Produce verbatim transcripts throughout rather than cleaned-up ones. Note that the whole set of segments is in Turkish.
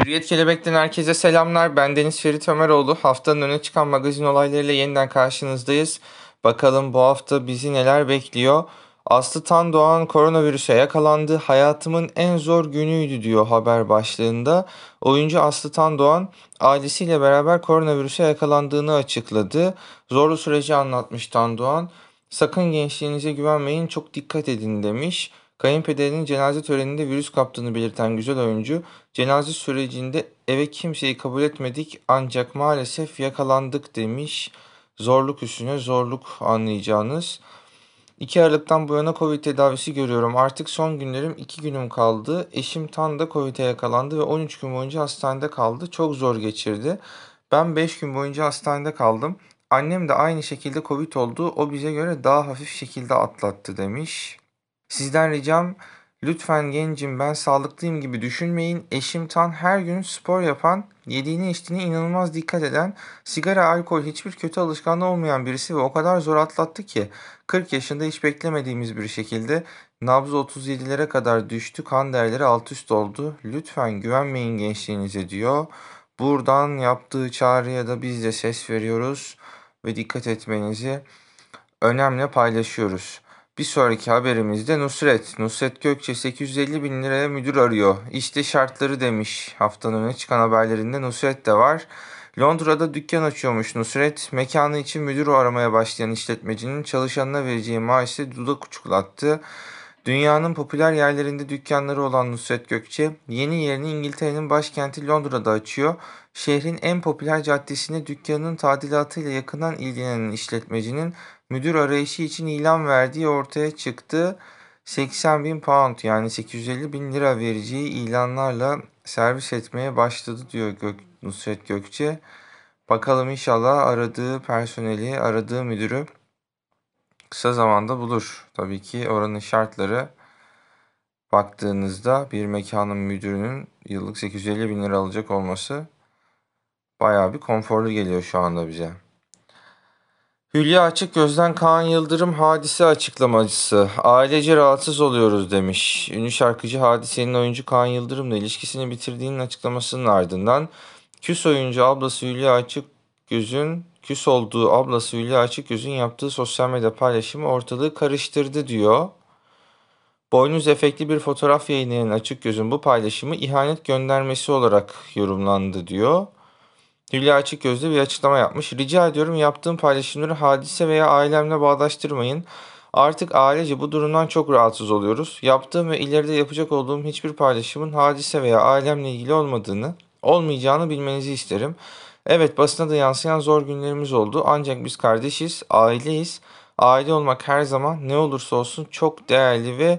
Hürriyet Kelebek'ten herkese selamlar. Ben Deniz Ferit Ömeroğlu. Haftanın öne çıkan magazin olaylarıyla yeniden karşınızdayız. Bakalım bu hafta bizi neler bekliyor? Aslı Tan Doğan koronavirüse yakalandı. Hayatımın en zor günüydü diyor haber başlığında. Oyuncu Aslı Tan Doğan ailesiyle beraber koronavirüse yakalandığını açıkladı. Zorlu süreci anlatmış Tan Doğan. Sakın gençliğinize güvenmeyin, çok dikkat edin demiş. Kayınpederinin cenaze töreninde virüs kaptığını belirten güzel oyuncu, cenaze sürecinde eve kimseyi kabul etmedik ancak maalesef yakalandık demiş. Zorluk üstüne zorluk anlayacağınız. iki Aralık'tan bu yana Covid tedavisi görüyorum. Artık son günlerim iki günüm kaldı. Eşim Tan da Covid'e yakalandı ve on üç gün boyunca hastanede kaldı. Çok zor geçirdi. Ben beş gün boyunca hastanede kaldım. Annem de aynı şekilde Covid oldu. O bize göre daha hafif şekilde atlattı demiş. Sizden ricam, lütfen gencim ben sağlıklıyım gibi düşünmeyin. Eşim Tan her gün spor yapan, yediğine içtiğine inanılmaz dikkat eden, sigara, alkol hiçbir kötü alışkanlığı olmayan birisi ve o kadar zor atlattı ki kırk yaşında hiç beklemediğimiz bir şekilde nabzı otuz yedilere kadar düştü, kan değerleri alt üst oldu. Lütfen güvenmeyin gençliğinize diyor. Buradan yaptığı çağrıya da biz de ses veriyoruz ve dikkat etmenizi önemli paylaşıyoruz. Bir sonraki haberimizde Nusret. Nusret Gökçe sekiz yüz elli bin liraya müdür arıyor. İşte şartları demiş. Haftanın öne çıkan haberlerinde Nusret de var. Londra'da dükkan açıyormuş Nusret. Mekanı için müdür aramaya başlayan işletmecinin çalışanına vereceği maaşla dudak uçuklattı. Dünyanın popüler yerlerinde dükkanları olan Nusret Gökçe, yeni yerini İngiltere'nin başkenti Londra'da açıyor. Şehrin en popüler caddesine dükkanının tadilatıyla yakından ilgilenen işletmecinin müdür arayışı için ilan verdiği ortaya çıktı. seksen bin pound yani sekiz yüz elli bin lira vereceği ilanlarla servis etmeye başladı diyor Gök, Nusret Gökçe. Bakalım inşallah aradığı personeli, aradığı müdürü kısa zamanda bulur. Tabii ki oranın şartları baktığınızda bir mekanın müdürünün yıllık sekiz yüz elli bin lira alacak olması bayağı bir konforlu geliyor şu anda bize. Hülya Açıkgöz'den Kaan Yıldırım hadise açıklamacısı. Ailece rahatsız oluyoruz demiş. Ünlü şarkıcı Hadise'nin oyuncu Kaan Yıldırım'la ilişkisini bitirdiğinin açıklamasının ardından küs oyuncu ablası Hülya Açıkgöz'ün küs olduğu ablası Hülya Açıkgöz'ün yaptığı sosyal medya paylaşımı ortalığı karıştırdı diyor. Boynuz efektli bir fotoğraf yayınlayan Açıkgöz'ün bu paylaşımı ihanet göndermesi olarak yorumlandı diyor. Hülya Açıkgöz de bir açıklama yapmış. Rica ediyorum yaptığım paylaşımları Hadise veya ailemle bağdaştırmayın. Artık ailece bu durumdan çok rahatsız oluyoruz. Yaptığım ve ileride yapacak olduğum hiçbir paylaşımın Hadise veya ailemle ilgili olmadığını, olmayacağını bilmenizi isterim. Evet, basına da yansıyan zor günlerimiz oldu. Ancak biz kardeşiz, aileyiz. Aile olmak her zaman ne olursa olsun çok değerli ve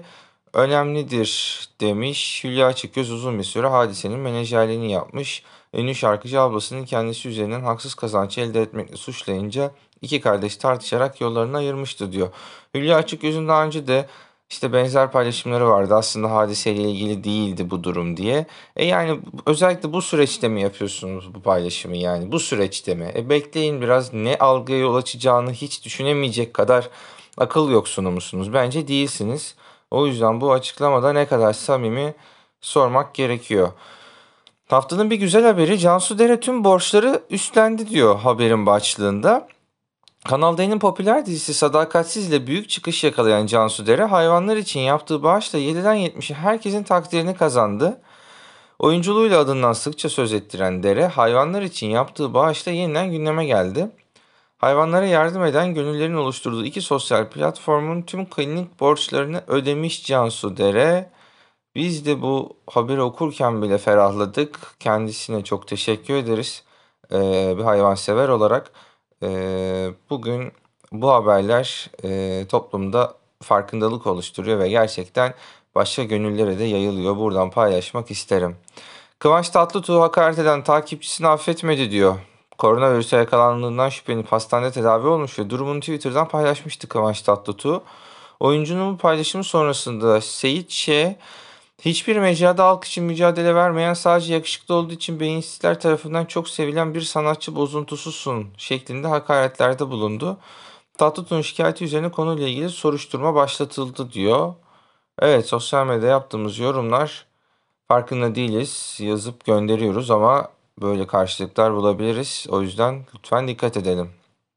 önemlidir demiş. Hülya Açıkgöz uzun bir süre Hadise'nin menajerliğini yapmış. Ünlü şarkıcı ablasının kendisi üzerinden haksız kazanç elde etmekle suçlayınca iki kardeş tartışarak yollarını ayırmıştı diyor. Hülya Açıkgöz'ün daha önce de işte benzer paylaşımları vardı. Aslında hadiseyle ilgili değildi bu durum diye. E yani özellikle bu süreçte mi yapıyorsunuz bu paylaşımı yani? Bu süreçte mi? E bekleyin biraz, ne algıya yol açacağını hiç düşünemeyecek kadar akıl yoksunu musunuz? Bence değilsiniz. O yüzden bu açıklamada ne kadar samimi sormak gerekiyor. Haftanın bir güzel haberi, Cansu Dere tüm borçları üstlendi diyor haberin başlığında. Kanal D'nin popüler dizisi Sadakatsiz ile büyük çıkış yakalayan Cansu Dere, hayvanlar için yaptığı bağışla yediden yetmişe herkesin takdirini kazandı. Oyunculuğuyla adından sıkça söz ettiren Dere, hayvanlar için yaptığı bağışla yeniden gündeme geldi. Hayvanlara yardım eden gönüllerin oluşturduğu iki sosyal platformun tüm klinik borçlarını ödemiş Cansu Dere. Biz de bu haberi okurken bile ferahladık. Kendisine çok teşekkür ederiz. Ee, bir hayvansever olarak. Ee, bugün bu haberler e, toplumda farkındalık oluşturuyor ve gerçekten başka gönüllere de yayılıyor. Buradan paylaşmak isterim. Kıvanç Tatlıtuğ hakaret eden takipçisini affetmedi diyor. Koronavirüse yakalandığından şüphelenip hastanede tedavi olmuş ve durumunu Twitter'dan paylaşmıştı Kıvanç Tatlıtuğ. Oyuncunun bu paylaşımı sonrasında Seyit Ş. hiçbir mecrada halk için mücadele vermeyen, sadece yakışıklı olduğu için beyinsizler tarafından çok sevilen bir sanatçı bozuntususun şeklinde hakaretlerde bulundu. Tatlıtuğ'un şikayeti üzerine konuyla ilgili soruşturma başlatıldı diyor. Evet, sosyal medyada yaptığımız yorumlar Farkında değiliz. Yazıp gönderiyoruz ama böyle karşılıklar bulabiliriz. O yüzden lütfen dikkat edelim.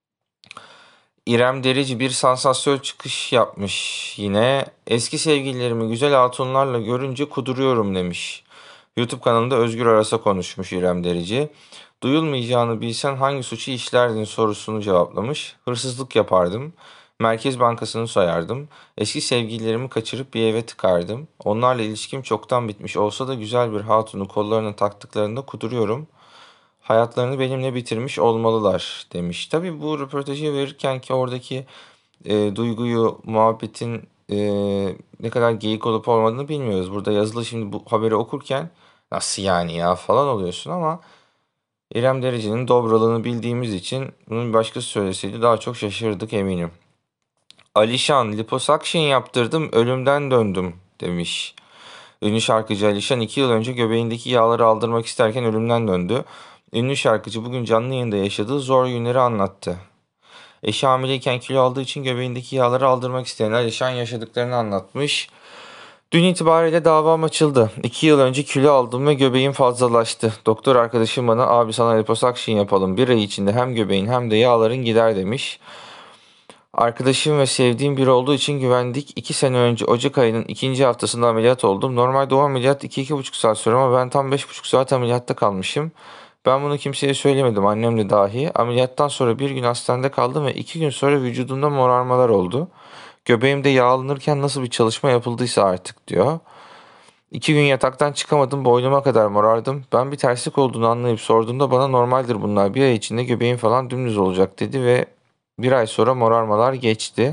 İrem Derici bir sansasyon çıkış yapmış yine. Eski sevgililerimi güzel hatunlarla görünce kuduruyorum demiş. YouTube kanalında Özgür Aras'a konuşmuş İrem Derici. Duyulmayacağını bilsen hangi suçu işlerdin sorusunu cevaplamış. Hırsızlık yapardım. Merkez Bankası'nı soyardım. Eski sevgililerimi kaçırıp bir eve tıkardım. Onlarla ilişkim çoktan bitmiş olsa da güzel bir hatunu kollarına taktıklarında kuduruyorum. Hayatlarını benimle bitirmiş olmalılar demiş. Tabii bu röportajı verirken ki oradaki e, duyguyu, muhabbetin e, ne kadar geyik olup olmadığını bilmiyoruz. Burada yazılı şimdi bu haberi okurken nasıl yani ya falan oluyorsun ama İrem Derici'nin dobralığını bildiğimiz için bunun bir başkası söyleseydi daha çok şaşırdık eminim. Alişan, liposuction yaptırdım, ölümden döndüm demiş. Ünlü şarkıcı Alişan iki yıl önce göbeğindeki yağları aldırmak isterken ölümden döndü. Ünlü şarkıcı bugün canlı yayında yaşadığı zor günleri anlattı. Eşi hamileyken kilo aldığı için göbeğindeki yağları aldırmak isteyen Alişan yaşadıklarını anlatmış. Dün itibariyle davam açıldı. İki yıl önce kilo aldım ve göbeğim fazlalaştı. Doktor arkadaşım bana abi sana liposuction yapalım. Bir ay içinde hem göbeğin hem de yağların gider demiş. Arkadaşım ve sevdiğim biri olduğu için güvendik. İki sene önce Ocak ayının ikinci haftasında ameliyat oldum. Normal doğum ameliyat iki iki buçuk saat sürüyor ama ben tam beş buçuk saat ameliyatta kalmışım. Ben bunu kimseye söylemedim, annem de dahi. Ameliyattan sonra bir gün hastanede kaldım ve iki gün sonra vücudumda morarmalar oldu. Göbeğimde yağlanırken nasıl bir çalışma yapıldıysa artık diyor. İki gün yataktan çıkamadım, boynuma kadar morardım. Ben bir terslik olduğunu anlayıp sorduğumda bana normaldir bunlar, bir ay içinde göbeğin falan dümdüz olacak dedi ve bir ay sonra morarmalar geçti.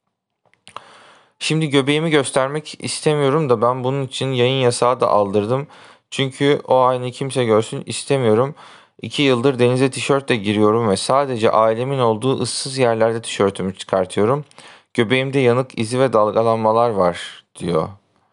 Şimdi göbeğimi göstermek istemiyorum da ben bunun için yayın yasağı da aldırdım. Çünkü o aynı kimse görsün istemiyorum. İki yıldır denize tişörtle giriyorum ve sadece ailemin olduğu ıssız yerlerde tişörtümü çıkartıyorum. Göbeğimde yanık izi ve dalgalanmalar var diyor.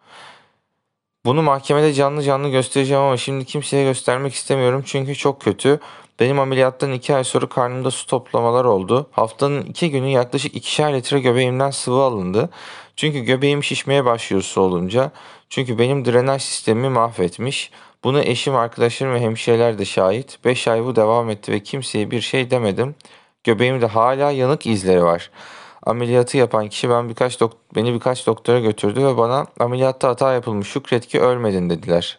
Bunu mahkemede canlı canlı göstereceğim ama şimdi kimseye göstermek istemiyorum çünkü çok kötü. Benim ameliyattan iki ay sonra karnımda su toplamalar oldu. Haftanın iki günü yaklaşık ikişer litre göbeğimden sıvı alındı. Çünkü göbeğim şişmeye başlıyor su olunca. Çünkü benim drenaj sistemimi mahvetmiş. Bunu eşim, arkadaşlarım ve hemşireler de şahit. beş ay bu devam etti ve kimseye bir şey demedim. Göbeğimde hala yanık izleri var. Ameliyatı yapan kişi ben birkaç dok- beni birkaç doktora götürdü ve bana ameliyatta hata yapılmış, şükret ki ölmedin dediler.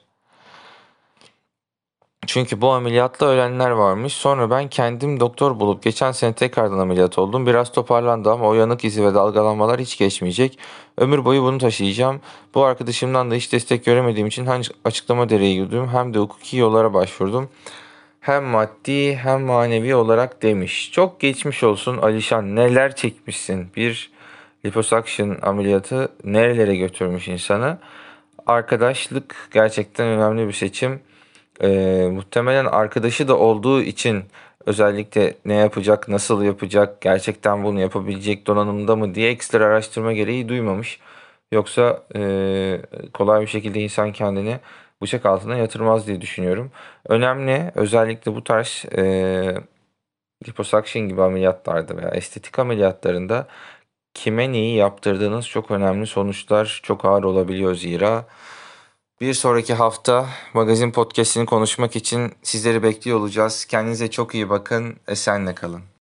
Çünkü bu ameliyatla ölenler varmış. Sonra ben kendim doktor bulup geçen sene tekrardan ameliyat oldum. Biraz toparlandı ama o yanık izi ve dalgalanmalar hiç geçmeyecek. Ömür boyu bunu taşıyacağım. Bu arkadaşımdan da hiç destek göremediğim için hem açıklama direği yürüdüm hem de hukuki yollara başvurdum. Hem maddi hem manevi olarak demiş. Çok geçmiş olsun Alişan, neler çekmişsin. Bir liposuction ameliyatı nerelere götürmüş insanı. Arkadaşlık gerçekten önemli bir seçim. Ee, muhtemelen arkadaşı da olduğu için özellikle ne yapacak, nasıl yapacak, gerçekten bunu yapabilecek donanımda mı diye ekstra araştırma gereği duymamış. Yoksa e, kolay bir şekilde insan kendini bıçak altına yatırmaz diye düşünüyorum. Önemli, özellikle bu tarz e, liposuction gibi ameliyatlarda veya estetik ameliyatlarında kime neyi yaptırdığınız çok önemli. Sonuçlar çok ağır olabiliyor zira. Bir sonraki hafta magazin podcast'ini konuşmak için sizleri bekliyor olacağız. Kendinize çok iyi bakın. Esenle kalın.